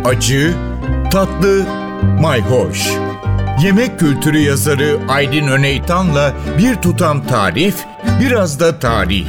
acı, tatlı, mayhoş. Yemek kültürü yazarı Aydin Öneytan'la bir tutam tarif, biraz da tarih.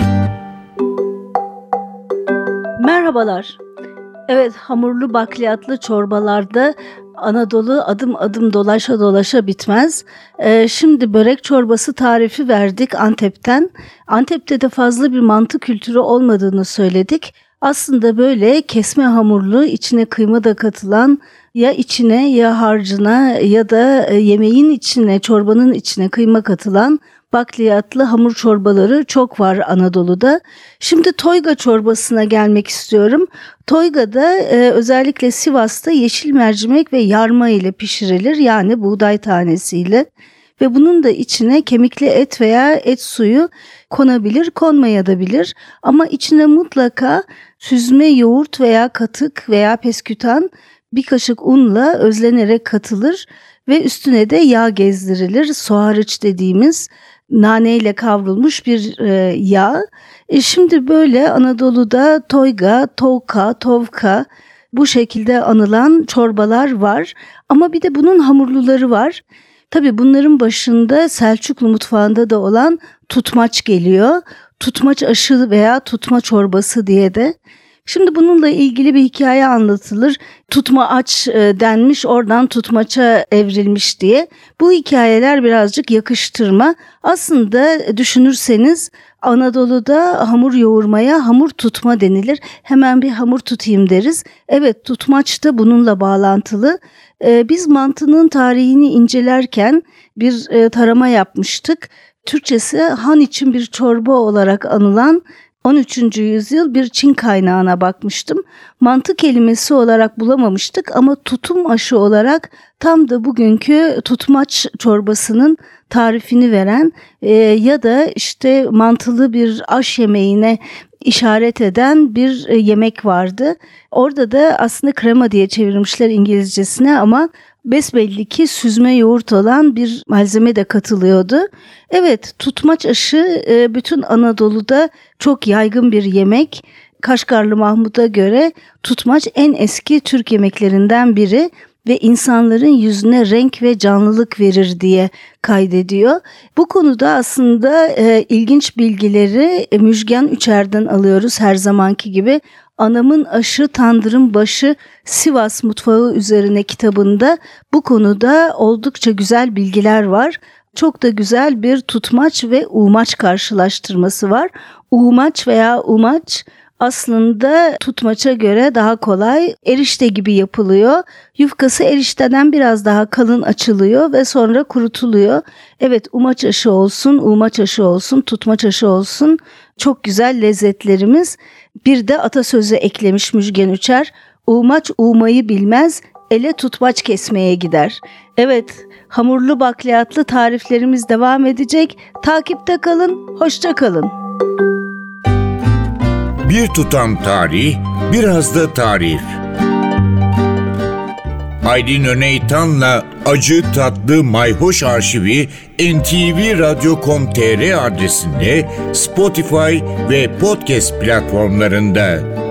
Merhabalar. Evet, hamurlu bakliyatlı çorbalarda Anadolu adım adım dolaşa dolaşa bitmez. Şimdi börek çorbası tarifi verdik Antep'ten. Antep'te de fazla bir mantı kültürü olmadığını söyledik. Aslında böyle kesme hamurlu, içine kıyma da katılan, ya içine ya harcına ya da yemeğin içine, çorbanın içine kıyma katılan bakliyatlı hamur çorbaları çok var Anadolu'da. Şimdi toyga çorbasına gelmek istiyorum. Toyga'da özellikle Sivas'ta yeşil mercimek ve yarma ile pişirilir, yani buğday tanesiyle. Ve bunun da içine kemikli et veya et suyu konabilir, konmayabilir. Ama içine mutlaka süzme yoğurt veya katık veya peskütan bir kaşık unla özlenerek katılır ve üstüne de yağ gezdirilir. Soğarıç dediğimiz naneyle kavrulmuş bir yağ. Şimdi böyle Anadolu'da toyga, tovka, tovka bu şekilde anılan çorbalar var. Ama bir de bunun hamurluları var. Tabii bunların başında Selçuklu mutfağında da olan tutmaç geliyor. Tutmaç aşı veya tutma çorbası diye de. Şimdi bununla ilgili bir hikaye anlatılır. Tutma aç denmiş, oradan tutmaça evrilmiş diye. Bu hikayeler birazcık yakıştırma. Aslında düşünürseniz Anadolu'da hamur yoğurmaya hamur tutma denilir. Hemen bir hamur tutayım deriz. Evet, tutmaç da bununla bağlantılı. Biz mantının tarihini incelerken bir tarama yapmıştık. Türkçesi han için bir çorba olarak anılan 13. yüzyıl bir Çin kaynağına bakmıştım. Mantı kelimesi olarak bulamamıştık ama tutum aşı olarak tam da bugünkü tutmaç çorbasının tarifini veren ya da işte mantılı bir aş yemeğine işaret eden bir yemek vardı. Orada da aslında krema diye çevirmişler İngilizcesine ama besbelli ki süzme yoğurt olan bir malzeme de katılıyordu. Evet, tutmaç aşı bütün Anadolu'da çok yaygın bir yemek. Kaşgarlı Mahmud'a göre tutmaç en eski Türk yemeklerinden biri ve insanların yüzüne renk ve canlılık verir diye kaydediyor. Bu konuda aslında ilginç bilgileri Müjgan Üçer'den alıyoruz her zamanki gibi. Anamın Aşı Tandırın Başı Sivas Mutfağı üzerine kitabında bu konuda oldukça güzel bilgiler var. Çok da güzel bir tutmaç ve umaç karşılaştırması var. Umaç veya umaç aslında tutmaça göre daha kolay, erişte gibi yapılıyor. Yufkası erişteden biraz daha kalın açılıyor ve sonra kurutuluyor. Evet, umaç aşı olsun, umaç aşı olsun, tutmaç aşı olsun. Çok güzel lezzetlerimiz. Bir de atasözü eklemiş Müjgan Üçer. Umaç umayı bilmez, ele tutmaç kesmeye gider. Evet, hamurlu bakliyatlı tariflerimiz devam edecek. Takipte kalın, hoşça kalın. Bir tutam tarih, biraz da tarif. Aydin Öneytan'la acı tatlı mayhoş arşivi ntvradio.com.tr adresinde, Spotify ve podcast platformlarında.